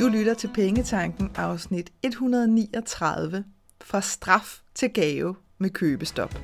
Du lytter til Pengetanken afsnit 139, fra straf til gave med købestop.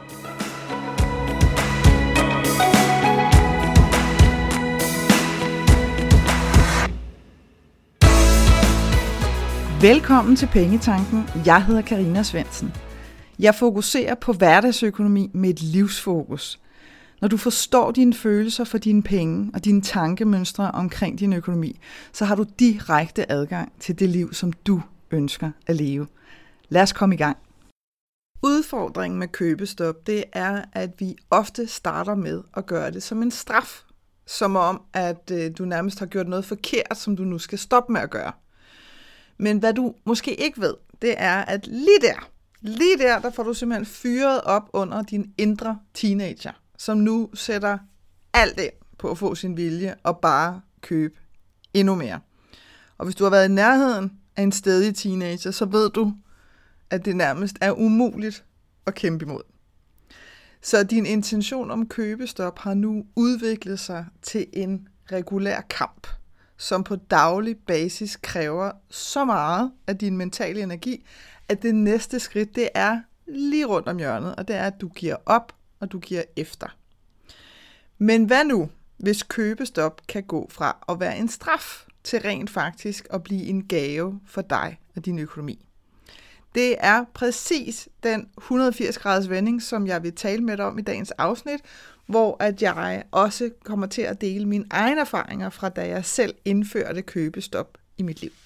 Velkommen til Pengetanken. Jeg hedder Karina Svendsen. Jeg fokuserer på hverdagsøkonomi med et livsfokus. Når du forstår dine følelser for dine penge og dine tankemønstre omkring din økonomi, så har du direkte adgang til det liv, som du ønsker at leve. Lad os komme i gang. Udfordringen med købestop, det er, at vi ofte starter med at gøre det som en straf. Som om, at du nærmest har gjort noget forkert, som du nu skal stoppe med at gøre. Men hvad du måske ikke ved, det er, at lige der får du simpelthen fyret op under din indre teenager, som nu sætter alt ind på at få sin vilje og bare købe endnu mere. Og hvis du har været i nærheden af en stedig teenager, så ved du, at det nærmest er umuligt at kæmpe imod. Så din intention om købestop har nu udviklet sig til en regulær kamp, som på daglig basis kræver så meget af din mentale energi, at det næste skridt, det er lige rundt om hjørnet, og det er, at du giver op, og du giver efter. Men hvad nu, hvis købestop kan gå fra at være en straf til rent faktisk at blive en gave for dig og din økonomi? Det er præcis den 180-graders vending, som jeg vil tale med dig om i dagens afsnit, hvor at jeg også kommer til at dele mine egne erfaringer fra da jeg selv indførte købestop i mit liv.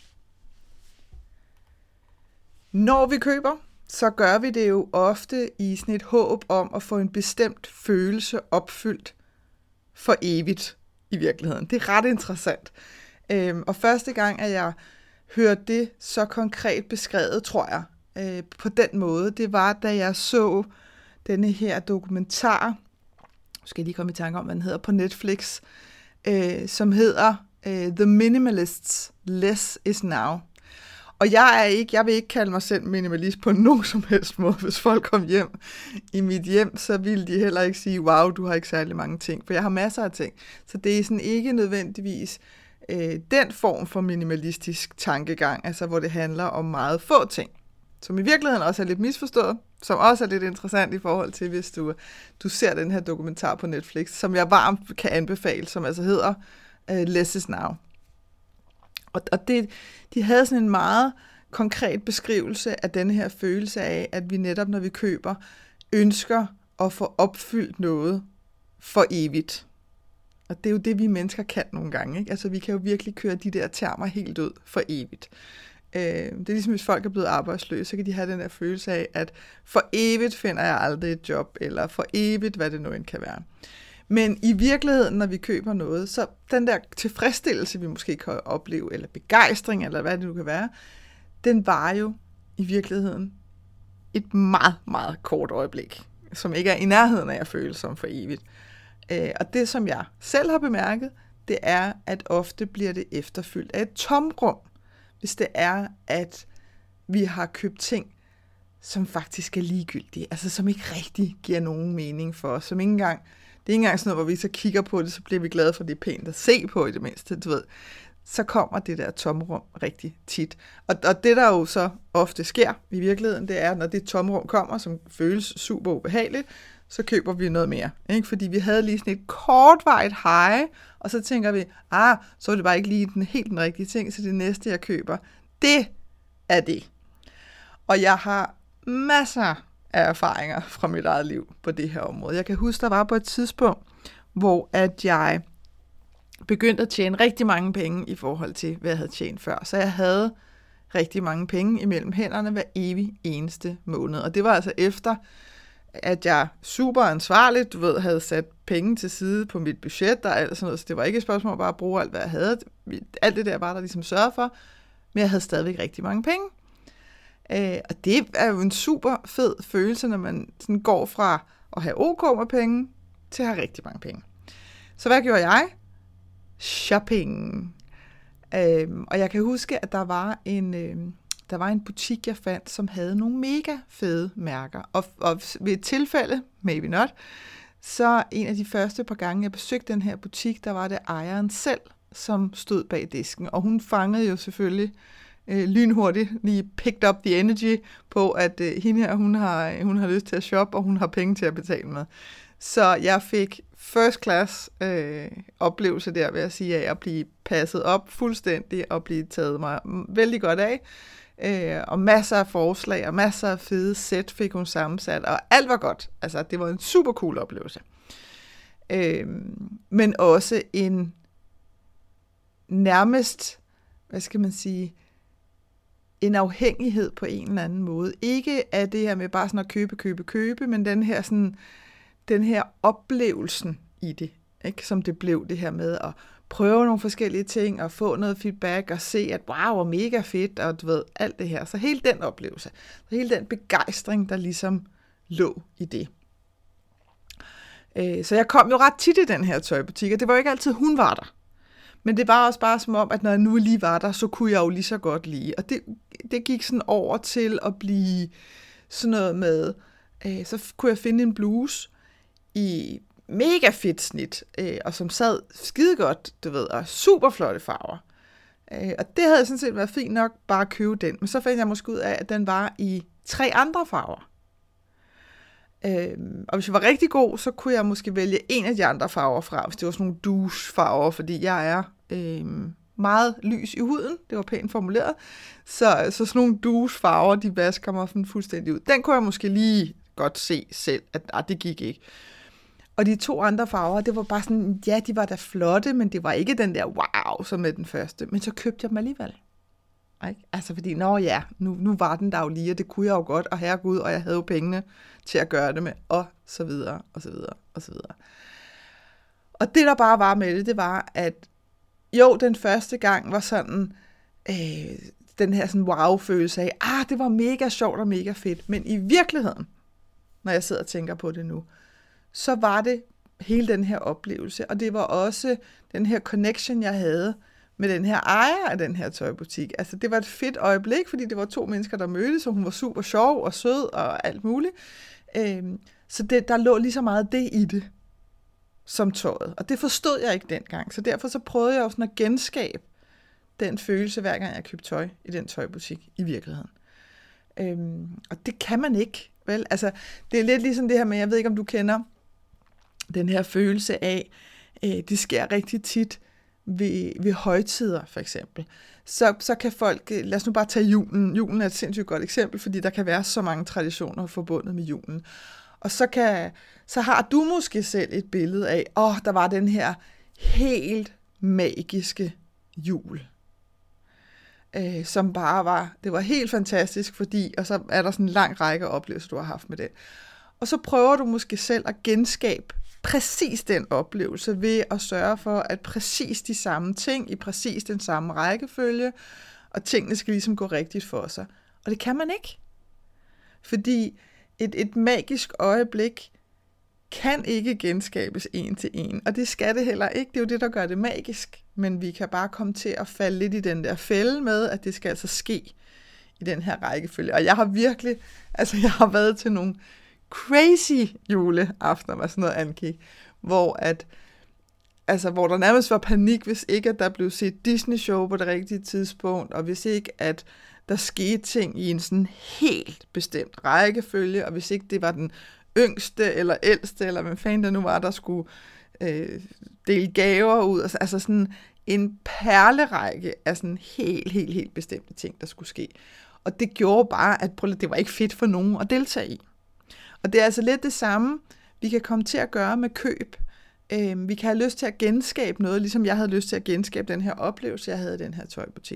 Når vi køber, så gør vi det jo ofte i sådan et håb om at få en bestemt følelse opfyldt for evigt i virkeligheden. Det er ret interessant. Og første gang, at jeg hørte det så konkret beskrevet, tror jeg, på den måde, det var, da jeg så denne her dokumentar, nu skal jeg lige komme i tanke om, hvad den hedder, på Netflix, som hedder The Minimalists Less is Now. Og jeg vil ikke kalde mig selv minimalist på nogen som helst måde. Hvis folk kom hjem i mit hjem, så ville de heller ikke sige, wow, du har ikke særlig mange ting. For jeg har masser af ting. Så det er sådan ikke nødvendigvis den form for minimalistisk tankegang, altså hvor det handler om meget få ting. Som i virkeligheden også er lidt misforstået, som også er lidt interessant i forhold til, hvis du ser den her dokumentar på Netflix, som jeg varmt kan anbefale, som altså hedder Less is Now. Og de havde sådan en meget konkret beskrivelse af denne her følelse af, at vi netop, når vi køber, ønsker at få opfyldt noget for evigt. Og det er jo det, vi mennesker kan nogle gange, ikke? Altså, vi kan jo virkelig køre de der termer helt ud for evigt. Det er ligesom, hvis folk er blevet arbejdsløse, så kan de have den der følelse af, at for evigt finder jeg aldrig et job, eller for evigt, hvad det nu end kan være. Men i virkeligheden, når vi køber noget, så den der tilfredsstillelse, vi måske kan opleve, eller begejstring, eller hvad det nu kan være, den var jo i virkeligheden et meget, meget kort øjeblik, som ikke er i nærheden af at føle som for evigt. Og det, som jeg selv har bemærket, det er, at ofte bliver det efterfyldt af et tomrum, hvis det er, at vi har købt ting, som faktisk er ligegyldige, altså som ikke rigtig giver nogen mening for os, som ikke engang, det er ikke engang sådan noget, hvor vi så kigger på det, så bliver vi glade for, det er pænt at se på i det mindste, du ved. Så kommer det der tomrum rigtig tit. Og det, der jo så ofte sker i virkeligheden, det er, når det tomrum kommer, som føles super ubehageligt, så køber vi noget mere. Ikke? Fordi vi havde lige sådan et kortvarigt high, og så tænker vi, så er det bare ikke lige den rigtige ting, så det næste, jeg køber, det er det. Og jeg har masser af erfaringer fra mit eget liv på det her område. Jeg kan huske, der var på et tidspunkt, hvor at jeg begyndte at tjene rigtig mange penge i forhold til, hvad jeg havde tjent før. Så jeg havde rigtig mange penge imellem hænderne hver evig eneste måned. Og det var altså efter, at jeg super ansvarligt, havde sat penge til side på mit budget og alt sådan noget. Så det var ikke et spørgsmål om bare at bruge alt, hvad jeg havde. Alt det der var der ligesom sørget for. Men jeg havde stadigvæk rigtig mange penge. Og det er jo en super fed følelse, når man sådan går fra at have OK med penge, til at have rigtig mange penge. Så hvad gjorde jeg? Shopping. Og jeg kan huske, at der var en butik, jeg fandt, som havde nogle mega fede mærker. Og ved et tilfælde, maybe not, så en af de første par gange, jeg besøgte den her butik, der var det ejeren selv, som stod bag disken, og hun fangede jo selvfølgelig lynhurtigt, lige picked up the energy på, at hende her, hun har lyst til at shoppe, og hun har penge til at betale med. Så jeg fik first class oplevelse der, vil jeg sige, af at blive passet op fuldstændig, og blive taget mig vældig godt af. Og masser af forslag, og masser af fede sæt fik hun sammensat, og alt var godt. Altså, det var en super cool oplevelse. Men også en nærmest, hvad skal man sige, en afhængighed på en eller anden måde. Ikke af det her med bare sådan at købe, men den her oplevelsen i det, ikke? Som det blev det her med at prøve nogle forskellige ting, og få noget feedback, og se, at wow, hvor mega fedt, og du ved, alt det her. Så hele den oplevelse, så hele den begejstring, der ligesom lå i det. Så jeg kom jo ret tit i den her tøjbutik, og det var jo ikke altid, hun var der. Men det var også bare som om, at når jeg nu lige var der, så kunne jeg jo lige så godt lide. Og det gik sådan over til at blive sådan noget med, så kunne jeg finde en bluse i mega fedt snit, og som sad skide godt, du ved, og super flotte farver. Og det havde sådan set været fint nok bare at købe den. Men så fandt jeg måske ud af, at den var i 3 andre farver. Og hvis jeg var rigtig god, så kunne jeg måske vælge en af de andre farver fra, hvis det var sådan nogle douche-farver, fordi jeg er meget lys i huden. Det var pænt formuleret. Så sådan nogle douche-farver, de vasker mig sådan fuldstændig ud. Den kunne jeg måske lige godt se selv, at det gik ikke. Og de 2 andre farver, det var bare sådan, ja, de var da flotte, men det var ikke den der wow, som med den første. Men så købte jeg dem alligevel. Ikke? Altså fordi, nu var den der jo lige, og det kunne jeg jo godt, og herregud, og jeg havde jo pengene til at gøre det med, og så videre, og så videre, og så videre. Og det der bare var med det var, at jo, den første gang var sådan, den her sådan wow-følelse af, det var mega sjovt og mega fedt, men i virkeligheden, når jeg sidder og tænker på det nu, så var det hele den her oplevelse, og det var også den her connection, jeg havde med den her ejer af den her tøjbutik. Altså, det var et fedt øjeblik, fordi det var 2 mennesker, der mødtes, og hun var super sjov og sød og alt muligt. Så der lå lige så meget det i det, som tøjet. Og det forstod jeg ikke dengang, så derfor så prøvede jeg også sådan at genskabe den følelse, hver gang jeg købte tøj i den tøjbutik i virkeligheden. Og det kan man ikke, vel? Altså, det er lidt ligesom det her med, jeg ved ikke, om du kender den her følelse af, det sker rigtig tit ved højtider, for eksempel. Så kan folk, lad os nu bare tage julen. Julen er et sindssygt godt eksempel, fordi der kan være så mange traditioner forbundet med julen. Og så har du måske selv et billede af, der var den her helt magiske jul. Som bare var, det var helt fantastisk, fordi, og så er der sådan en lang række oplevelser, du har haft med den. Og så prøver du måske selv at genskabe præcis den oplevelse ved at sørge for, at præcis de samme ting i præcis den samme rækkefølge, og tingene skal ligesom gå rigtigt for sig. Og det kan man ikke. Fordi et magisk øjeblik kan ikke genskabes en til en, og det skal det heller ikke. Det er jo det, der gør det magisk. Men vi kan bare komme til at falde lidt i den der fælde med, at det skal altså ske i den her rækkefølge. Og jeg har virkelig, jeg har været til nogle crazy juleaftener, hvad sådan noget angik, hvor der nærmest var panik, hvis ikke at der blev set Disney-show på det rigtige tidspunkt, og hvis ikke at der skete ting i en sådan helt bestemt rækkefølge, og hvis ikke det var den yngste eller ældste, eller hvad fanden der nu var, der skulle dele gaver ud, altså sådan en perlerække af sådan helt bestemte ting, der skulle ske. Og det gjorde bare, at det var ikke fedt for nogen at deltage i. Og det er altså lidt det samme, vi kan komme til at gøre med køb. Vi kan have lyst til at genskabe noget, ligesom jeg havde lyst til at genskabe den her oplevelse, jeg havde i den her tøjbutik.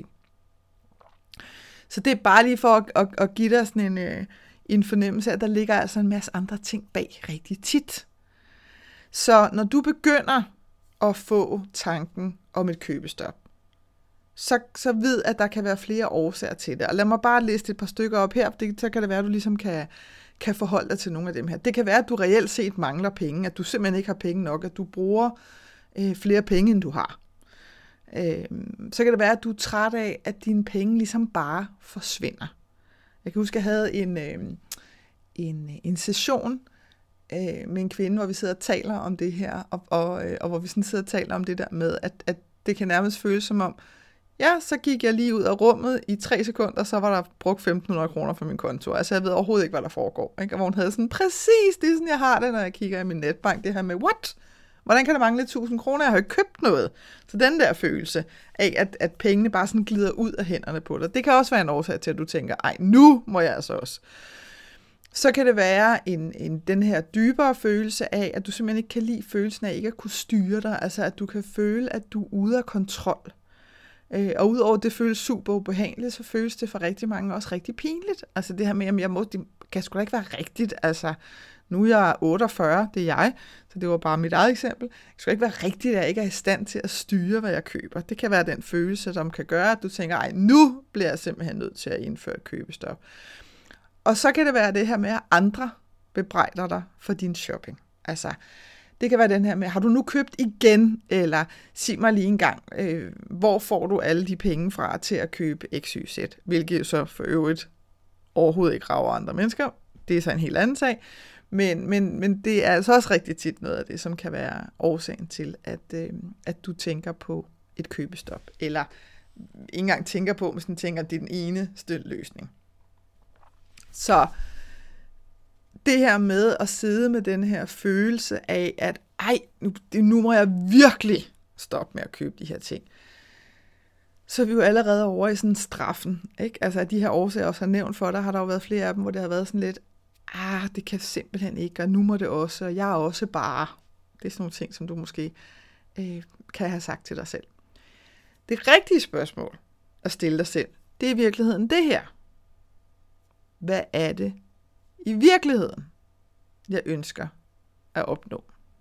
Så det er bare lige for at give dig sådan en fornemmelse af, at der ligger altså en masse andre ting bag rigtig tit. Så når du begynder at få tanken om et købestop, så ved, at der kan være flere årsager til det. Og lad mig bare liste et par stykker op her, så kan det være, at du ligesom kan forholde dig til nogle af dem her. Det kan være, at du reelt set mangler penge, at du simpelthen ikke har penge nok, at du bruger flere penge, end du har. Så kan det være, at du er træt af, at dine penge ligesom bare forsvinder. Jeg kan huske, at jeg havde en session med en kvinde, hvor vi sidder og taler om det her, og hvor vi sådan sidder og taler om det der med, at det kan nærmest føles som om, ja, så gik jeg lige ud af rummet i 3 sekunder, så var der brugt 1.500 kroner fra min konto. Altså, jeg ved overhovedet ikke, hvad der foregår. Ikke? Og hvor hun havde sådan, præcis, det er sådan, jeg har det, når jeg kigger i min netbank. Det her med, what? Hvordan kan der mangle 1.000 kroner? Jeg har jo ikke købt noget. Så den der følelse af, at pengene bare sådan glider ud af hænderne på dig, det kan også være en årsag til, at du tænker, ej, nu må jeg altså også. Så kan det være den her dybere følelse af, at du simpelthen ikke kan lide følelsen af ikke at kunne styre dig. Altså, at du kan føle, at du er ude af kontrol. Og udover det føles super ubehageligt, så føles det for rigtig mange også rigtig pinligt. Altså det her med, at det kan sgu da ikke være rigtigt. Altså, nu er jeg 48, det er jeg, så det var bare mit eget eksempel. Det skal ikke være rigtigt, at jeg ikke er i stand til at styre, hvad jeg køber. Det kan være den følelse, som kan gøre, at du tænker, ej, nu bliver jeg simpelthen nødt til at indføre et købestop. Og så kan det være det her med, at andre bebrejder dig for din shopping. Altså, det kan være den her med, har du nu købt igen? Eller sig mig lige en gang, hvor får du alle de penge fra til at købe XYZ? Hvilket så for øvrigt overhovedet ikke rager andre mennesker. Det er så en helt anden sag. Men det er altså også rigtig tit noget af det, som kan være årsagen til, at du tænker på et købestop. Eller ikke engang tænker på, men sådan tænker, at det er den eneste løsning. Så det her med at sidde med den her følelse af, at nu må jeg virkelig stoppe med at købe de her ting. Så er vi jo allerede over i sådan straffen. Ikke? Altså at de her årsager, jeg også har nævnt for dig, har der jo været flere af dem, hvor det har været sådan lidt, det kan simpelthen ikke, og nu må det også, og jeg er også bare. Det er sådan nogle ting, som du måske kan have sagt til dig selv. Det rigtige spørgsmål at stille dig selv, det er i virkeligheden det her. Hvad er det i virkeligheden, jeg ønsker at opnå?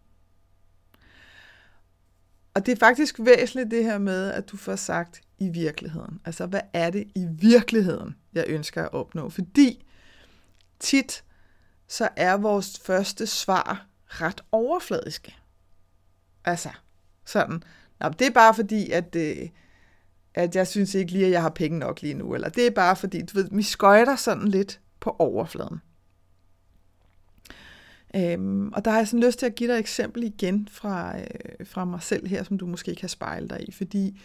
Og det er faktisk væsentligt det her med, at du får sagt i virkeligheden. Altså, hvad er det i virkeligheden, jeg ønsker at opnå? Fordi tit, så er vores første svar ret overfladiske. Altså, sådan, det er bare fordi, at jeg synes ikke lige, at jeg har penge nok lige nu. Eller det er bare fordi, du ved, vi skøjter sådan lidt på overfladen. Og der har jeg sådan lyst til at give dig et eksempel igen fra mig selv her, som du måske kan spejle dig i, fordi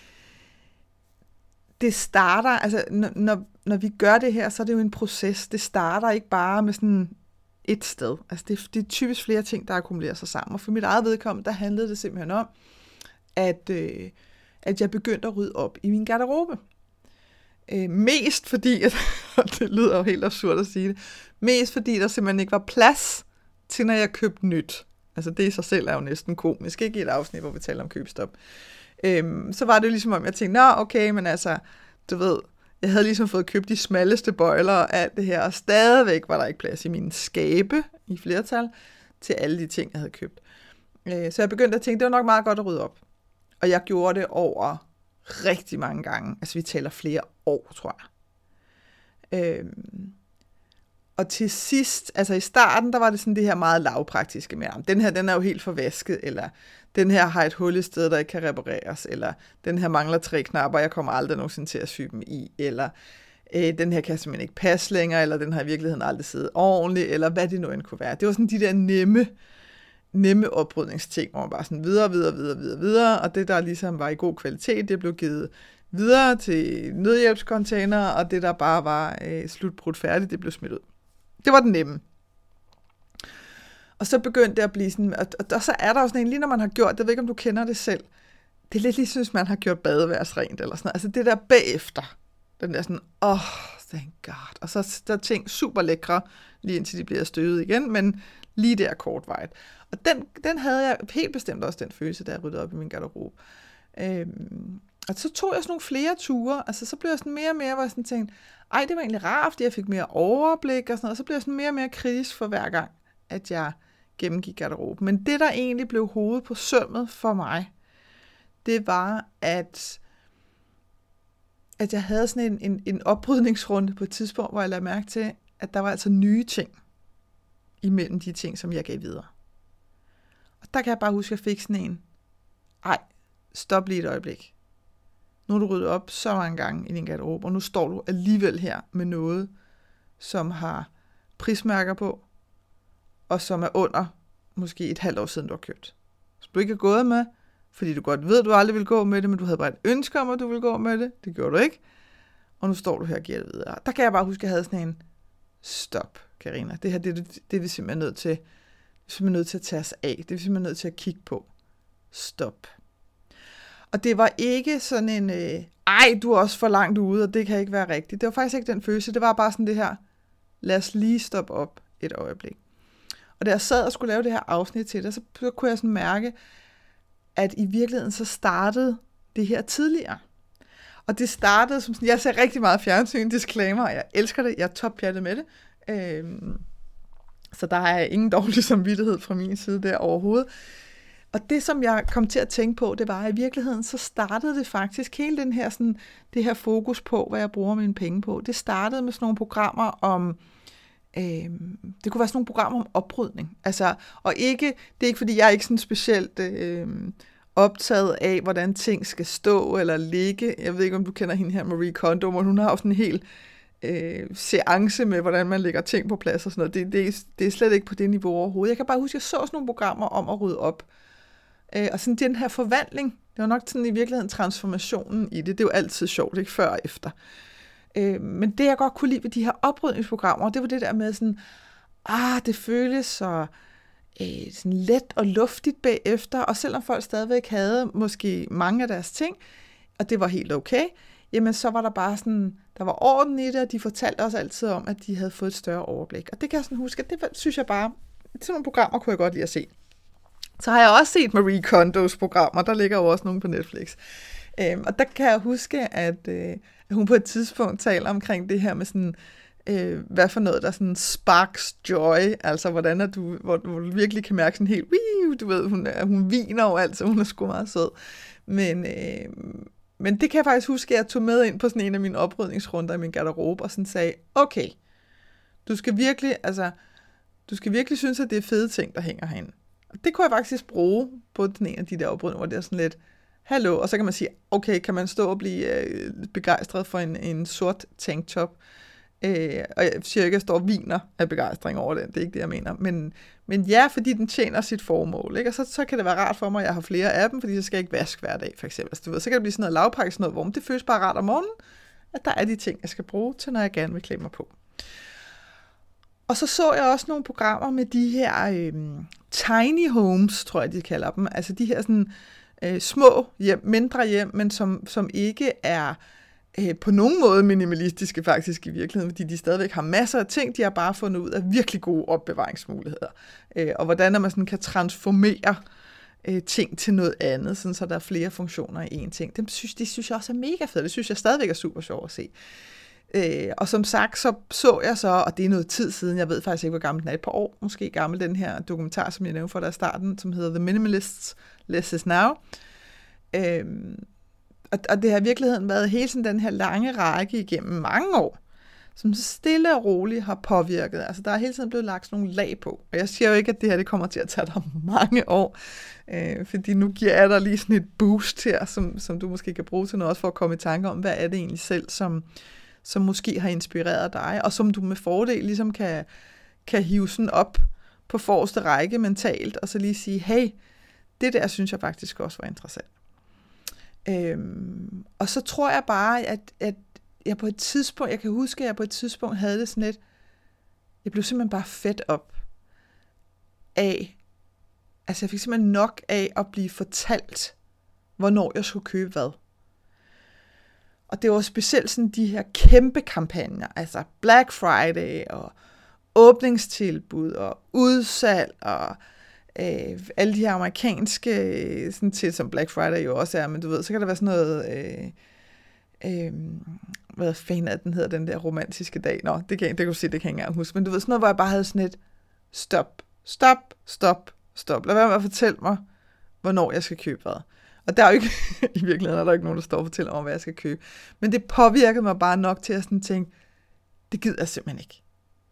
det starter, altså når vi gør det her, så er det jo en proces. Det starter ikke bare med sådan et sted. Altså det er typisk flere ting, der akkumulerer sig sammen. Og for mit eget vedkommende, der handlede det simpelthen om, at jeg begyndte at rydde op i min garderobe. Mest fordi, det lyder jo helt absurd at sige det, mest fordi der simpelthen ikke var plads til, når jeg købte nyt. Altså det i sig selv er jo næsten komisk, ikke i et afsnit, hvor vi taler om købestop. Så var det jo ligesom om, jeg tænkte, okay, men altså, du ved, jeg havde ligesom fået købt de smalleste bøjler og alt det her, og stadigvæk var der ikke plads i mine skabe, i flertal, til alle de ting, jeg havde købt. Så jeg begyndte at tænke, det var nok meget godt at rydde op. Og jeg gjorde det over rigtig mange gange. Altså vi taler flere år, tror jeg. Og til sidst, altså i starten, der var det sådan det her meget lavpraktiske med, den her, den er jo helt forvasket, eller den her har et hul i sted, der ikke kan repareres, eller den her mangler 3 knapper, jeg kommer aldrig nogensinde til at sy dem i, eller den her kan simpelthen ikke passe længere, eller den har i virkeligheden aldrig siddet ordentligt, eller hvad det nu end kunne være. Det var sådan de der nemme oprydningsting, hvor man bare sådan videre, og det, der ligesom var i god kvalitet, det blev givet videre til nødhjælpscontainer, og det, der bare var slutbrudt færdigt, det blev smidt ud. Det var den nemme. Og så begyndte det at blive sådan, og så er der jo sådan en, lige når man har gjort, jeg ved ikke, om du kender det selv, det er lidt lige, synes man har gjort badeværs rent, eller sådan noget. Altså det der bagefter, den der sådan, thank God. Og så der ting super lækre, lige indtil de bliver støvet igen, men lige der kortvarigt. Og den havde jeg helt bestemt også, den følelse, da jeg ryddede op i min garderobe. Og så tog jeg sådan nogle flere ture, altså så blev jeg sådan mere og mere, hvor jeg sådan tænkte, det var egentlig rart, fordi jeg fik mere overblik og sådan noget, og så blev jeg sådan mere og mere kritisk for hver gang, at jeg gennemgik garderoben. Men det, der egentlig blev hovedet på sømmet for mig, det var, at jeg havde sådan en oprydningsrunde på et tidspunkt, hvor jeg lagde mærke til, at der var altså nye ting imellem de ting, som jeg gav videre. Og der kan jeg bare huske, at jeg fik sådan en, stop lige et øjeblik. Nu har du ryddet op så mange gange i din garderobe, og nu står du alligevel her med noget, som har prismærker på, og som er under måske et halvt år siden, du har købt. Som du ikke er gået med, fordi du godt ved, at du aldrig vil gå med det, men du havde bare et ønske om, at du ville gå med det. Det gjorde du ikke. Og nu står du her og giver det videre. Der kan jeg bare huske, at jeg havde sådan en stop, Karina. Det her, det er vi simpelthen nødt til. Det er simpelthen nødt til at tage os af. Det er vi simpelthen nødt til at kigge på. Stop. Og det var ikke sådan en, du er også for langt ude, og det kan ikke være rigtigt. Det var faktisk ikke den følelse. Det var bare sådan det her, lad os lige stoppe op et øjeblik. Og da jeg sad og skulle lave det her afsnit til dig, så kunne jeg sådan mærke, at i virkeligheden så startede det her tidligere. Og det startede som sådan, jeg ser rigtig meget fjernsyn, disclaimer, og jeg elsker det, jeg er toppjattet med det. Så der er ingen dårlig samvittighed fra min side der overhovedet. Og det, som jeg kom til at tænke på, det var, at i virkeligheden, så startede det faktisk hele den her, sådan, det her fokus på, hvad jeg bruger mine penge på. Det startede med sådan nogle programmer om, det kunne være sådan nogle programmer om oprydning. Altså, og det er ikke, fordi jeg er ikke sådan specielt optaget af, hvordan ting skal stå eller ligge. Jeg ved ikke, om du kender hende her, Marie Kondo, men hun har jo sådan en hel seance med, hvordan man lægger ting på plads og sådan noget. Det er slet ikke på det niveau overhovedet. Jeg kan bare huske, at jeg så sådan nogle programmer om at rydde op. Og sådan den her forvandling, det var nok sådan i virkeligheden transformationen i det. Det er jo altid sjovt, ikke før og efter. Men det, jeg godt kunne lide ved de her oprydningsprogrammer, det var det der med sådan, det føles så sådan let og luftigt bagefter, og selvom folk stadigvæk havde måske mange af deres ting, og det var helt okay, jamen så var der bare sådan, der var orden i det, og de fortalte også altid om, at de havde fået et større overblik. Og det kan jeg sådan huske, at det synes jeg bare, sådan nogle programmer kunne jeg godt lide at se. Så har jeg også set Marie Kondos programmer, der ligger jo også nogle på Netflix. Og der kan jeg huske, at hun på et tidspunkt taler omkring det her med sådan, hvad for noget, der sådan sparks joy, altså hvordan at hvor du virkelig kan mærke sådan helt, du ved, hun viner jo altid, hun er sgu meget sød. Men det kan jeg faktisk huske, at jeg tog med ind på sådan en af mine oprydningsrunder i min garderobe, og sådan sagde, okay, du skal virkelig synes, at det er fede ting, der hænger herinde. Og det kunne jeg faktisk bruge på den ene af de der oprydninger, hvor det er sådan lidt, hallo, og så kan man sige, okay, kan man stå og blive begejstret for en sort tanktop? Og jeg siger ikke, at jeg står og viner af begejstring over den, det er ikke det, jeg mener. Men ja, fordi den tjener sit formål, ikke? Og så kan det være rart for mig, at jeg har flere af dem, fordi så skal jeg ikke vaske hver dag, for eksempel. Så, så kan det blive sådan noget lavpakke, sådan noget, hvor det føles bare rart om morgenen, at der er de ting, jeg skal bruge til, når jeg gerne vil klæde mig på. Og så jeg også nogle programmer med de her tiny homes, tror jeg, de kalder dem. Altså de her sådan små hjem, mindre hjem, men som ikke er på nogen måde minimalistiske faktisk i virkeligheden, fordi de stadigvæk har masser af ting, de har bare fundet ud af virkelig gode opbevaringsmuligheder. Og hvordan man sådan kan transformere ting til noget andet, sådan så der er flere funktioner i en ting. Det synes jeg også er mega fedt. Det synes jeg stadigvæk er super sjovt at se. Og som sagt, så jeg så, og det er noget tid siden, jeg ved faktisk ikke, hvor gammel den er, et par år måske gammel, den her dokumentar, som jeg nævnte for dig i starten, som hedder The Minimalists, Less is Now. Og det har i virkeligheden været hele sådan den her lange række igennem mange år, som så stille og roligt har påvirket. Altså der er hele tiden blevet lagt sådan nogle lag på. Og jeg siger jo ikke, at det her det kommer til at tage dig mange år, fordi nu giver jeg dig lige sådan et boost her, som du måske kan bruge til noget, også for at komme i tanke om, hvad er det egentlig selv, som måske har inspireret dig, og som du med fordel ligesom kan hive sådan op på forreste række mentalt, og så lige sige, hey, det der synes jeg faktisk også var interessant. Og så tror jeg bare, at jeg på et tidspunkt, jeg kan huske, at jeg på et tidspunkt havde det sådan lidt, jeg blev simpelthen bare fedt op af, altså jeg fik simpelthen nok af at blive fortalt, hvornår jeg skulle købe hvad. Og det var specielt sådan de her kæmpe kampagner, altså Black Friday og åbningstilbud og udsalg og alle de her amerikanske, sådan til som Black Friday jo også er, men du ved, så kan der være sådan noget, hvad fanden er den hedder, den der romantiske dag? Nå, det kan du se, det kan jeg ikke engang huske, men du ved, sådan noget, hvor jeg bare havde sådan et stop. Lad være med at fortælle mig, hvornår jeg skal købe hvad. Og der er jo ikke, i virkeligheden er der ikke nogen, der står og fortæller mig, hvad jeg skal købe. Men det påvirkede mig bare nok til at sådan tænke, det gider jeg simpelthen ikke.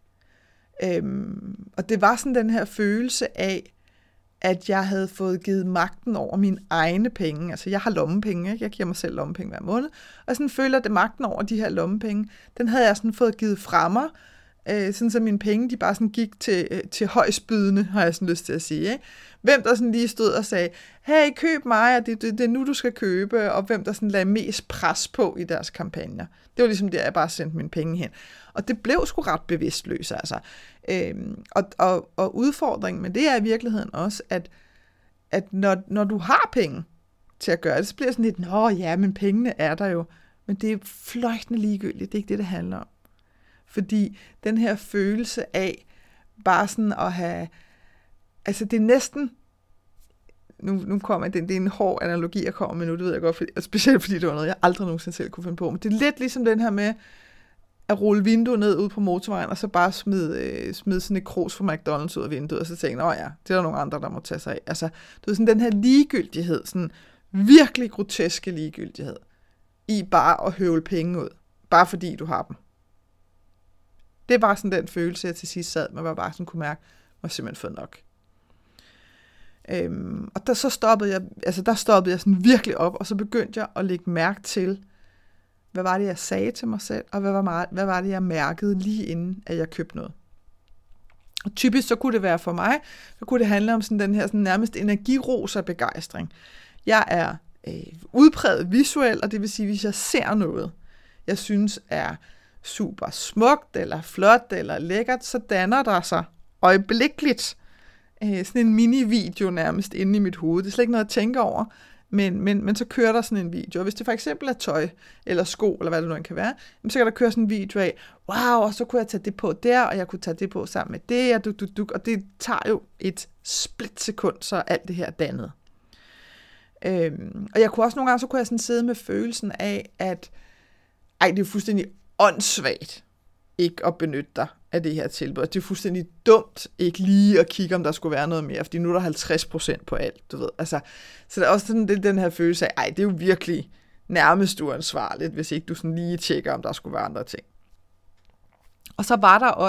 Og det var sådan den her følelse af, at jeg havde fået givet magten over mine egne penge. Altså jeg har lommepenge, ikke? Jeg giver mig selv lommepenge hver måned. Og sådan føler jeg, at magten over de her lommepenge, den havde jeg sådan fået givet fra mig, sådan så mine penge, de bare sådan gik til højstbydende, har jeg sådan lyst til at sige, ikke? Hvem der sådan lige stod og sagde, hey, køb mig, og det er nu, du skal købe, og hvem der sådan lagde mest pres på i deres kampagner. Det var ligesom der, jeg bare sendte mine penge hen. Og det blev sgu ret bevidstløst, altså. Og udfordringen med det er i virkeligheden også, at når du har penge til at gøre det, så bliver det sådan lidt, nå ja, men pengene er der jo. Men det er fløjtende ligegyldigt, det er ikke det handler om. Fordi den her følelse af bare sådan at have, altså det er næsten, nu kommer det er en hård analogi, jeg kommer med nu, det ved jeg godt, specielt fordi det var noget, jeg aldrig nogensinde selv kunne finde på, men det er lidt ligesom den her med at rulle vinduet ned ud på motorvejen, og så bare smide sådan et krus fra McDonald's ud af vinduet, og så tænke, ja, det er der nogle andre, der må tage sig af. Altså, du ved, sådan den her ligegyldighed, sådan virkelig groteske ligegyldighed, i bare at høvle penge ud, bare fordi du har dem. Det er bare sådan den følelse, jeg til sidst sad med, hvor jeg bare sådan kunne mærke, at jeg simpelthen fået nok. Og der stoppede jeg sådan virkelig op, og så begyndte jeg at lægge mærke til, hvad var det, jeg sagde til mig selv, og hvad var det, jeg mærkede lige inden, at jeg købte noget. Og typisk så kunne det være for mig, så kunne det handle om sådan den her sådan nærmest energirosa begejstring. Jeg er udpræget visuel, og det vil sige, hvis jeg ser noget, jeg synes er super smukt, eller flot, eller lækkert, så danner der sig øjeblikkeligt sådan en mini-video nærmest inde i mit hoved. Det er slet ikke noget at tænke over, men så kører der sådan en video. Og hvis det for eksempel er tøj, eller sko, eller hvad det nu end kan være, så kan der køre sådan en video af, wow, og så kunne jeg tage det på der, og jeg kunne tage det på sammen med det, og det tager jo et splitsekund, så alt det her dannet. Og jeg kunne også nogle gange, så kunne jeg sådan sidde med følelsen af, at det er jo fuldstændig åndssvagt ikke at benytte dig af det her tilbud. Det er fuldstændig dumt ikke lige at kigge, om der skulle være noget mere, fordi nu er der 50% på alt, du ved. Altså, så der er også sådan den her følelse af, det er jo virkelig nærmest uansvarligt, hvis ikke du sådan lige tjekker, om der skulle være andre ting. Og så var der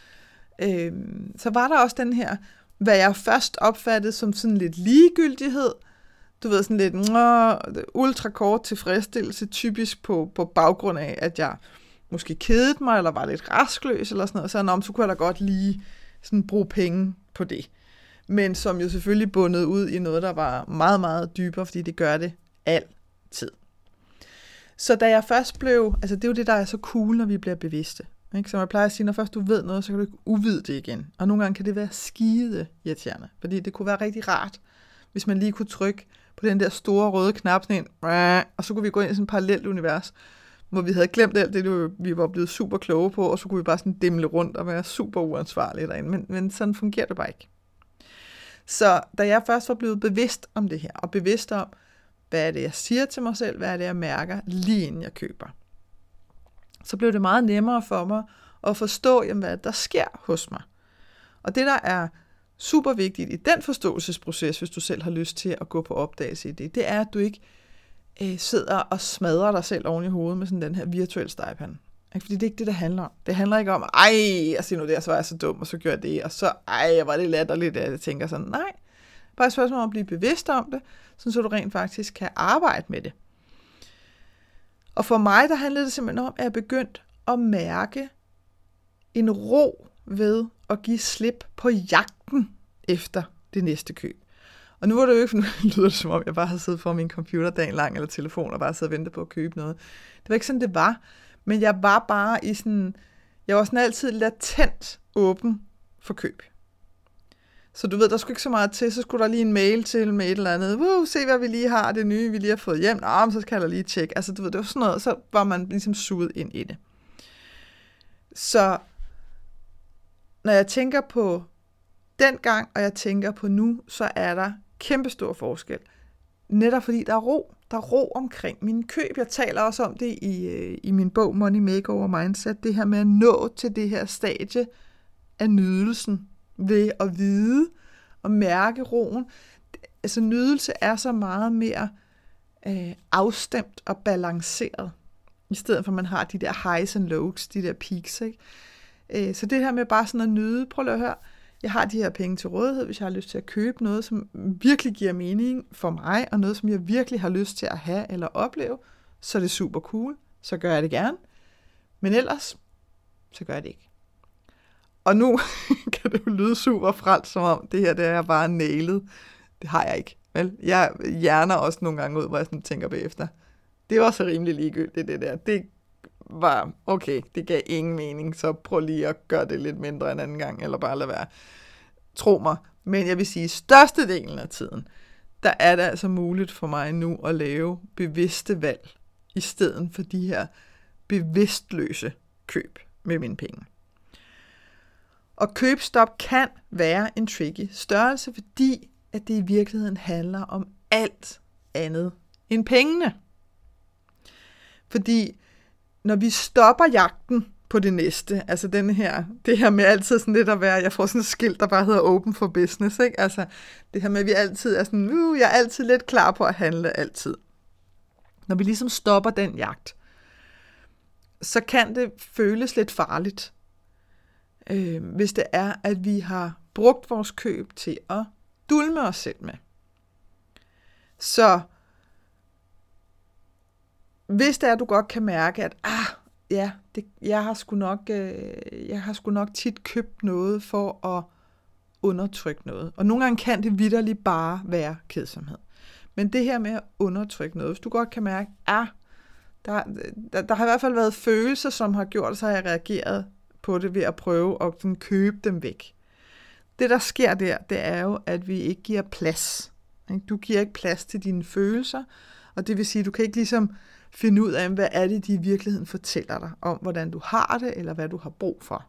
også den her, hvad jeg først opfattede som sådan lidt ligegyldighed, du ved, sådan lidt ultrakort tilfredsstillelse, typisk på baggrund af, at jeg måske kedede mig, eller var lidt rastløs, eller sådan noget, så kunne jeg da godt lige sådan bruge penge på det. Men som jo selvfølgelig bundet ud i noget, der var meget, meget dybere, fordi det gør det altid. Så da jeg først blev, altså det er jo det, der er så cool, når vi bliver bevidste. Ikke? Som jeg plejer at sige, når først du ved noget, så kan du ikke uvide det igen. Og nogle gange kan det være skide irriterende, fordi det kunne være rigtig rart, hvis man lige kunne trykke på den der store røde knap, sådan en, og så kunne vi gå ind i sådan et parallelt univers, hvor vi havde glemt alt det, vi var blevet super kloge på, og så kunne vi bare sådan dimle rundt og være super uansvarlige derinde. Men sådan fungerer det bare ikke. Så da jeg først var blevet bevidst om det her, og bevidst om, hvad er det, jeg siger til mig selv, hvad er det, jeg mærker, lige inden jeg køber, så blev det meget nemmere for mig at forstå, jamen, hvad der sker hos mig. Og det, der er super vigtigt i den forståelsesproces, hvis du selv har lyst til at gå på opdagelse i det, det er, at du ikke sidder og smadrer dig selv oven i hovedet med sådan den her virtuelle stegepande. Fordi det er ikke det, det handler om. Det handler ikke om, jeg siger nu det, så var jeg så dum, og så gjorde jeg det, og så, var det latterligt, at jeg tænker sådan, nej. Bare et spørgsmål om at blive bevidst om det, så du rent faktisk kan arbejde med det. Og for mig, der handlede det simpelthen om, at jeg begyndte at mærke en ro ved at give slip på jagten efter det næste køb. Og nu var det jo ikke, for nu lyder det som om, jeg bare havde siddet for min computer dagen lang, eller telefon, og bare siddet og ventet på at købe noget. Det var ikke sådan, det var. Men jeg var bare i sådan, jeg var sådan altid latent åben for køb. Så du ved, der skulle ikke så meget til, så skulle der lige en mail til med et eller andet. Se hvad vi lige har, det nye, vi lige har fået hjem. Men så skal jeg lige tjekke. Altså du ved, det var sådan noget, så var man ligesom suget ind i det. Så når jeg tænker på dengang, og jeg tænker på nu, så er der kæmpestor forskel. Netop fordi der er ro. Der er ro omkring mine køb. Jeg taler også om det i min bog Money Makeover Mindset. Det her med at nå til det her stadie af nydelsen ved at vide og mærke roen. Altså nydelse er så meget mere afstemt og balanceret, i stedet for at man har de der highs and lows, de der peaks. Ikke? Så det her med bare sådan at nyde, prøv lige at høre, jeg har de her penge til rådighed, hvis jeg har lyst til at købe noget, som virkelig giver mening for mig, og noget, som jeg virkelig har lyst til at have eller opleve, så er det super cool, så gør jeg det gerne. Men ellers, så gør jeg det ikke. Og nu kan det jo lyde super frelst, som om det her, det er bare nailet. Det har jeg ikke. Vel? Jeg hjerner også nogle gange ud, hvor jeg sådan tænker bagefter. Det var så rimelig ligegyldigt, det der. Det var, okay, det gav ingen mening, så prøv lige at gøre det lidt mindre en anden gang, eller bare lade være. Tro mig. Men jeg vil sige, størstedelen af tiden, der er det altså muligt for mig nu at lave bevidste valg, i stedet for de her bevidstløse køb med mine penge. Og købstop kan være en tricky størrelse, fordi at det i virkeligheden handler om alt andet end pengene. Fordi når vi stopper jagten på det næste, altså det her med altid sådan lidt at være, jeg får sådan et skilt, der bare hedder open for business, ikke? Altså det her med, at vi altid er sådan, jeg er altid lidt klar på at handle altid. Når vi ligesom stopper den jagt, så kan det føles lidt farligt, hvis det er, at vi har brugt vores køb til at dulme os selv med. Så hvis det er, at du godt kan mærke, at jeg har sgu nok tit købt noget for at undertrykke noget. Og nogle gange kan det vitterligt bare være kedsomhed. Men det her med at undertrykke noget, hvis du godt kan mærke, der har i hvert fald været følelser, som har gjort, så har jeg reageret på det ved at prøve at sådan købe dem væk. Det, der sker der, det er jo, at vi ikke giver plads. Du giver ikke plads til dine følelser, og det vil sige, at du kan ikke ligesom finde ud af, hvad er det, de i virkeligheden fortæller dig om, hvordan du har det, eller hvad du har brug for.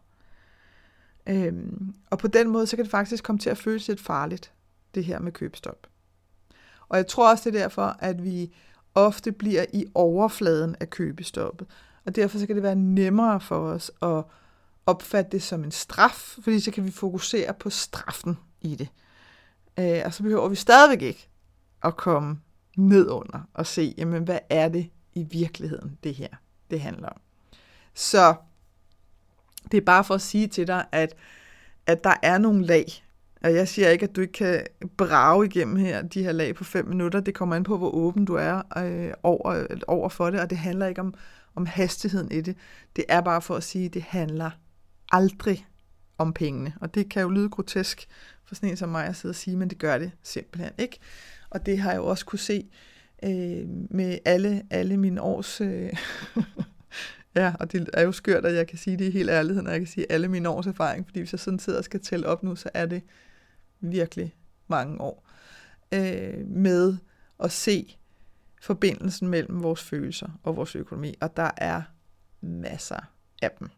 Og på den måde, så kan det faktisk komme til at føles lidt farligt, det her med købstop. Og jeg tror også, det er derfor, at vi ofte bliver i overfladen af købestoppet. Og derfor så kan det være nemmere for os at opfatte det som en straf, fordi så kan vi fokusere på straffen i det. Og så behøver vi stadigvæk ikke at komme ned under og se, jamen hvad er det i virkeligheden, det her, det handler om. Så det er bare for at sige til dig, at der er nogle lag. Og jeg siger ikke, at du ikke kan brage igennem her, de her lag på 5 minutter. Det kommer an på, hvor åben du er over for det, og det handler ikke om hastigheden i det. Det er bare for at sige, at det handler aldrig om pengene. Og det kan jo lyde grotesk for sådan en som mig at sidde og sige, men det gør det simpelthen ikke. Og det har jeg jo også kunne se med alle mine års... ja, og det er jo skørt, at jeg kan sige det i helt ærlighed, når jeg kan sige alle mine års erfaring, fordi hvis jeg sådan sidder og skal tælle op nu, så er det virkelig mange år med at se forbindelsen mellem vores følelser og vores økonomi, og der er masser af dem.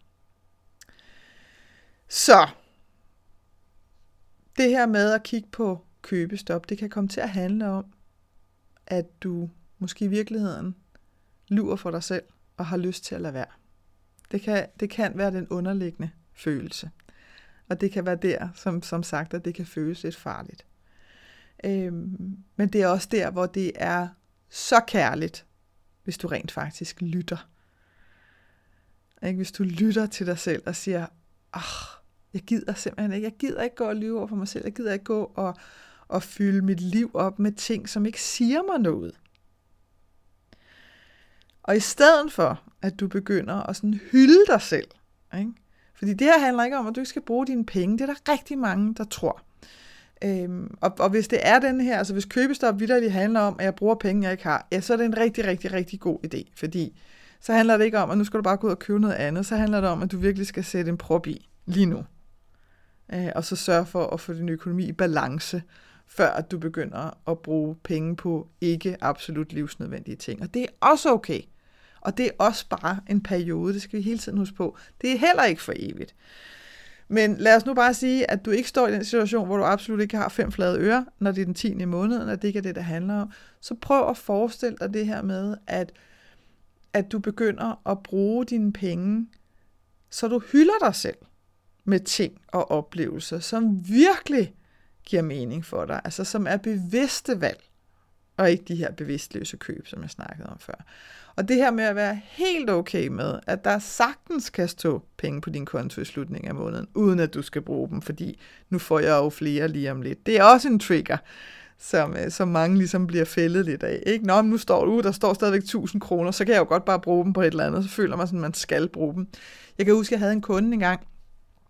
Så det her med at kigge på købestop, det kan komme til at handle om, at du måske i virkeligheden lyver for dig selv og har lyst til at lade være. Det kan være den underliggende følelse. Og det kan være der, som sagt, at det kan føles lidt farligt. Men det er også der, hvor det er så kærligt, hvis du rent faktisk lytter. Ikke? Hvis du lytter til dig selv og siger, jeg gider simpelthen ikke. Jeg gider ikke gå og lyve over for mig selv. Jeg gider ikke gå og fylde mit liv op med ting, som ikke siger mig noget. Og i stedet for, at du begynder at sådan hylde dig selv, ikke? Fordi det her handler ikke om, at du ikke skal bruge dine penge. Det er der rigtig mange, der tror. Og hvis det er den her, altså hvis købestop vitterligt handler om, at jeg bruger penge, jeg ikke har, ja, så er det en rigtig, rigtig, rigtig god idé. Fordi så handler det ikke om, at nu skal du bare gå ud og købe noget andet. Så handler det om, at du virkelig skal sætte en prop i lige nu. Og så sørge for at få din økonomi i balance, før at du begynder at bruge penge på ikke absolut livsnødvendige ting. Og det er også okay. Og det er også bare en periode, det skal vi hele tiden huske på. Det er heller ikke for evigt. Men lad os nu bare sige, at du ikke står i den situation, hvor du absolut ikke har 5 flade ører, når det er den 10. måned, når det ikke er det, der handler om. Så prøv at forestille dig det her med, at du begynder at bruge dine penge, så du hylder dig selv med ting og oplevelser, som virkelig giver mening for dig, altså som er bevidste valg, og ikke de her bevidstløse køb, som jeg snakkede om før. Og det her med at være helt okay med, at der sagtens kan stå penge på din konto i slutningen af måneden, uden at du skal bruge dem, fordi nu får jeg jo flere lige om lidt. Det er også en trigger, som mange ligesom bliver fældet lidt af. Ikke? Nå, men nu står der står stadigvæk 1000 kroner, så kan jeg jo godt bare bruge dem på et eller andet, så føler man sådan, at man skal bruge dem. Jeg kan huske, at jeg havde en kunde engang,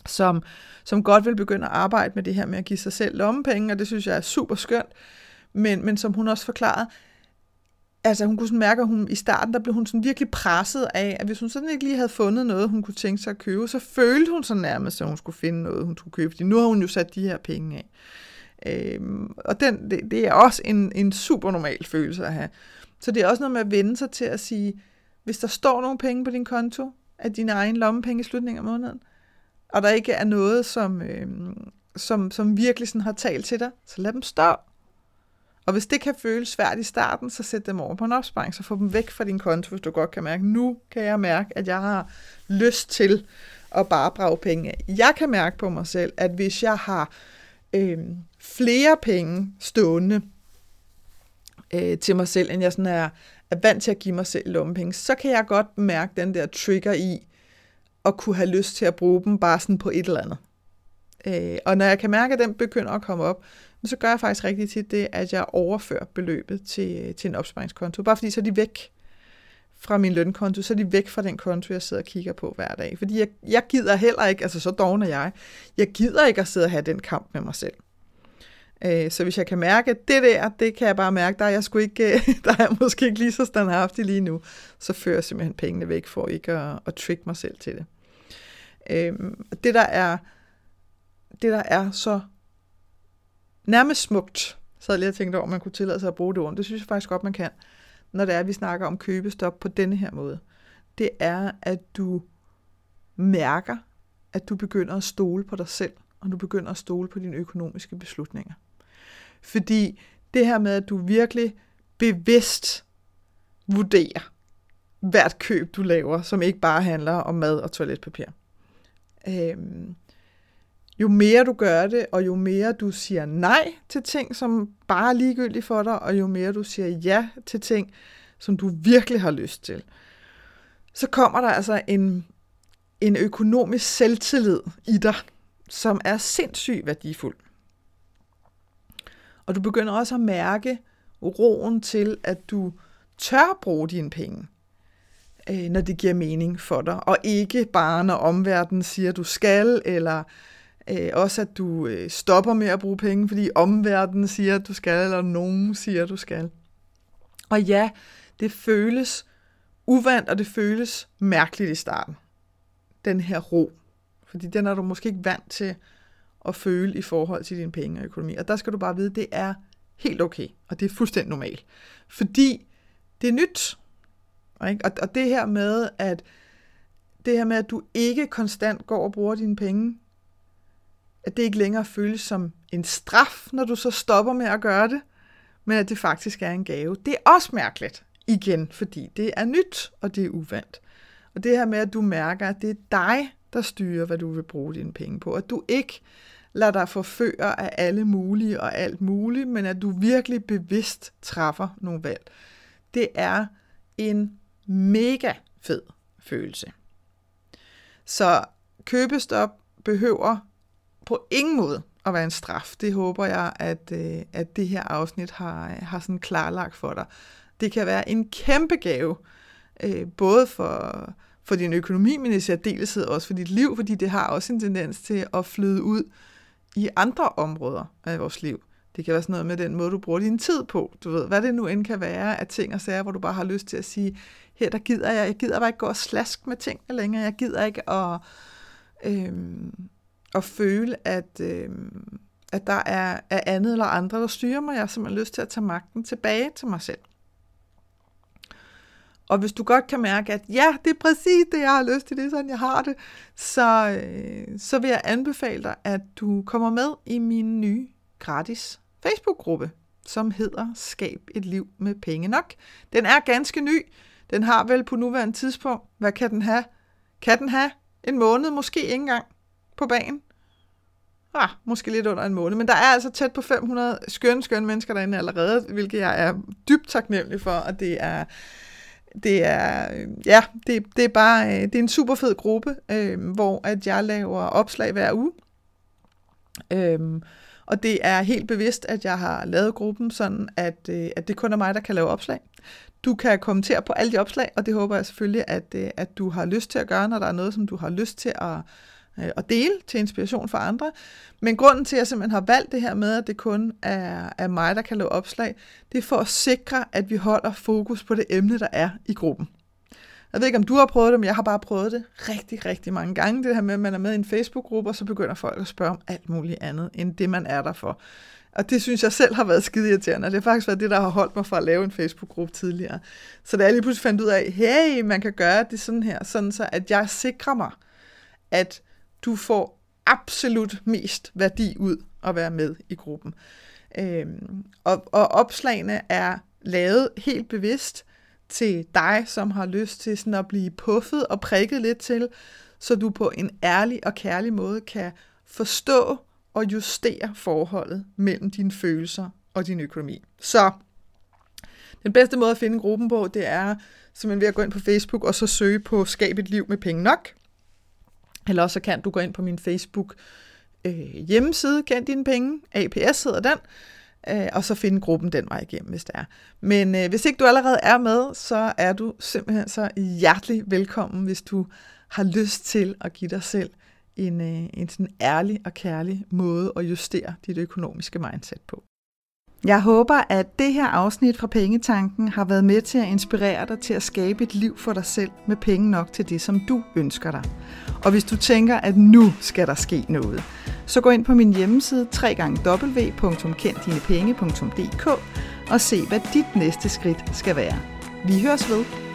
som godt vil begynde at arbejde med det her med at give sig selv lommepenge, og det synes jeg er super skønt, men som hun også forklarede, altså hun kunne sådan mærke, at hun i starten, der blev hun sådan virkelig presset af, at hvis hun sådan ikke lige havde fundet noget, hun kunne tænke sig at købe, så følte hun så nærmest, at hun skulle finde noget, hun skulle købe, fordi nu har hun jo sat de her penge af. Og det er også en super normal følelse at have. Så det er også noget med at vende sig til at sige, hvis der står nogle penge på din konto, af dine egne lommepenge i slutningen af måneden, og der ikke er noget, som virkelig sådan har talt til dig, så lad dem stå. Og hvis det kan føles svært i starten, så sæt dem over på en opsparing, så få dem væk fra din konto, hvis du godt kan mærke, nu kan jeg mærke, at jeg har lyst til at bare brage penge af. Jeg kan mærke på mig selv, at hvis jeg har flere penge stående til mig selv, end jeg sådan er vant til at give mig selv lommepenge, så kan jeg godt mærke den der trigger i at kunne have lyst til at bruge dem bare sådan på et eller andet. Og når jeg kan mærke, at den begynder at komme op, så gør jeg faktisk rigtig tit det, at jeg overfører beløbet til en opsparingskonto. Bare fordi så er de væk fra min lønkonto, så er de væk fra den konto, jeg sidder og kigger på hver dag. Fordi jeg gider heller ikke, altså så doven er jeg gider ikke at sidde og have den kamp med mig selv. Så hvis jeg kan mærke, at det kan jeg bare mærke, der er jeg måske ikke lige så standhaftig lige nu, så fører jeg simpelthen pengene væk for ikke at trick mig selv til det. Det der er så nærmest smukt, så havde jeg lige tænkt over, om man kunne tillade sig at bruge det ord. Det synes jeg faktisk godt, man kan, når det er, at vi snakker om købestop på denne her måde. Det er, at du mærker, at du begynder at stole på dig selv, og du begynder at stole på dine økonomiske beslutninger. Fordi det her med, at du virkelig bevidst vurderer hvert køb, du laver, som ikke bare handler om mad og toiletpapir. Jo mere du gør det, og jo mere du siger nej til ting, som bare er ligegyldige for dig, og jo mere du siger ja til ting, som du virkelig har lyst til, så kommer der altså en økonomisk selvtillid i dig, som er sindssygt værdifuld. Og du begynder også at mærke roen til, at du tør bruge dine penge, når det giver mening for dig, og ikke bare når omverdenen siger, at du skal, eller også at du stopper med at bruge penge, fordi omverdenen siger, at du skal, eller nogen siger, at du skal. Og ja, det føles uvant, og det føles mærkeligt i starten. Den her ro. Fordi den er du måske ikke vant til at føle i forhold til dine penge og økonomi. Og der skal du bare vide, at det er helt okay, og det er fuldstændig normalt. Fordi det er nyt. Ikke? Og det her med, at du ikke konstant går og bruger dine penge, at det ikke længere føles som en straf, når du så stopper med at gøre det, men at det faktisk er en gave. Det er også mærkeligt, igen, fordi det er nyt, og det er uvant. Og det her med, at du mærker, at det er dig, der styrer, hvad du vil bruge dine penge på, at du ikke lader dig forføre af alle mulige og alt muligt, men at du virkelig bevidst træffer nogle valg. Det er en mega fed følelse. Så købestop behøver på ingen måde at være en straf. Det håber jeg, at det her afsnit har sådan klarlagt for dig. Det kan være en kæmpe gave, både for din økonomi, men i særdeleshed også for dit liv, fordi det har også en tendens til at flyde ud i andre områder af vores liv. Det kan være sådan noget med den måde, du bruger din tid på. Du ved, hvad det nu end kan være af ting og sager, hvor du bare har lyst til at sige, her der gider jeg gider bare ikke gå og slaske med ting længere. Jeg gider ikke at føle, at der er andet eller andre, der styrer mig. Jeg har simpelthen lyst til at tage magten tilbage til mig selv. Og hvis du godt kan mærke, at ja, det er præcis det, jeg har lyst til, det er sådan, jeg har det, så vil jeg anbefale dig, at du kommer med i min nye gratis Facebook-gruppe, som hedder Skab et liv med penge nok. Den er ganske ny. Den har vel på nuværende tidspunkt, hvad kan den have? Kan den have en måned, måske ikke engang på bagen? Måske lidt under en måned, men der er altså tæt på 500 skønne mennesker derinde allerede, hvilket jeg er dybt taknemmelig for, og det er en super fed gruppe, hvor at jeg laver opslag hver uge. Og det er helt bevidst, at jeg har lavet gruppen sådan, at det kun er mig, der kan lave opslag. Du kan kommentere på alle de opslag, og det håber jeg selvfølgelig, at du har lyst til at gøre, når der er noget, som du har lyst til og dele til inspiration for andre. Men grunden til, at jeg simpelthen har valgt det her med, at det kun er mig, der kan lave opslag, det er for at sikre, at vi holder fokus på det emne, der er i gruppen. Jeg ved ikke, om du har prøvet det, men jeg har bare prøvet det rigtig, rigtig mange gange. Det her med, at man er med i en Facebook-gruppe, og så begynder folk at spørge om alt muligt andet, end det, man er der for. Og det synes jeg selv har været skide irriterende, og det har faktisk været det, der har holdt mig fra at lave en Facebook-gruppe tidligere. Så da jeg lige pludselig fandt ud af, hey, man kan gøre det sådan her, sådan så at jeg sikrer mig, at du får absolut mest værdi ud at være med i gruppen. Og opslagene er lavet helt bevidst til dig, som har lyst til sådan at blive puffet og prikket lidt til, så du på en ærlig og kærlig måde kan forstå og justere forholdet mellem dine følelser og din økonomi. Så den bedste måde at finde gruppen på, det er simpelthen ved at gå ind på Facebook og så søge på Skab et liv med penge nok. Eller også kan du gå ind på min Facebook hjemmeside, Kend dine penge, APS hedder den, og så finde gruppen den vej igennem, hvis det er. Men hvis ikke du allerede er med, så er du simpelthen så hjertelig velkommen, hvis du har lyst til at give dig selv en sådan ærlig og kærlig måde at justere dit økonomiske mindset på. Jeg håber, at det her afsnit fra Pengetanken har været med til at inspirere dig til at skabe et liv for dig selv med penge nok til det, som du ønsker dig. Og hvis du tænker, at nu skal der ske noget, så gå ind på min hjemmeside www.kenddinepenge.dk og se, hvad dit næste skridt skal være. Vi høres ved.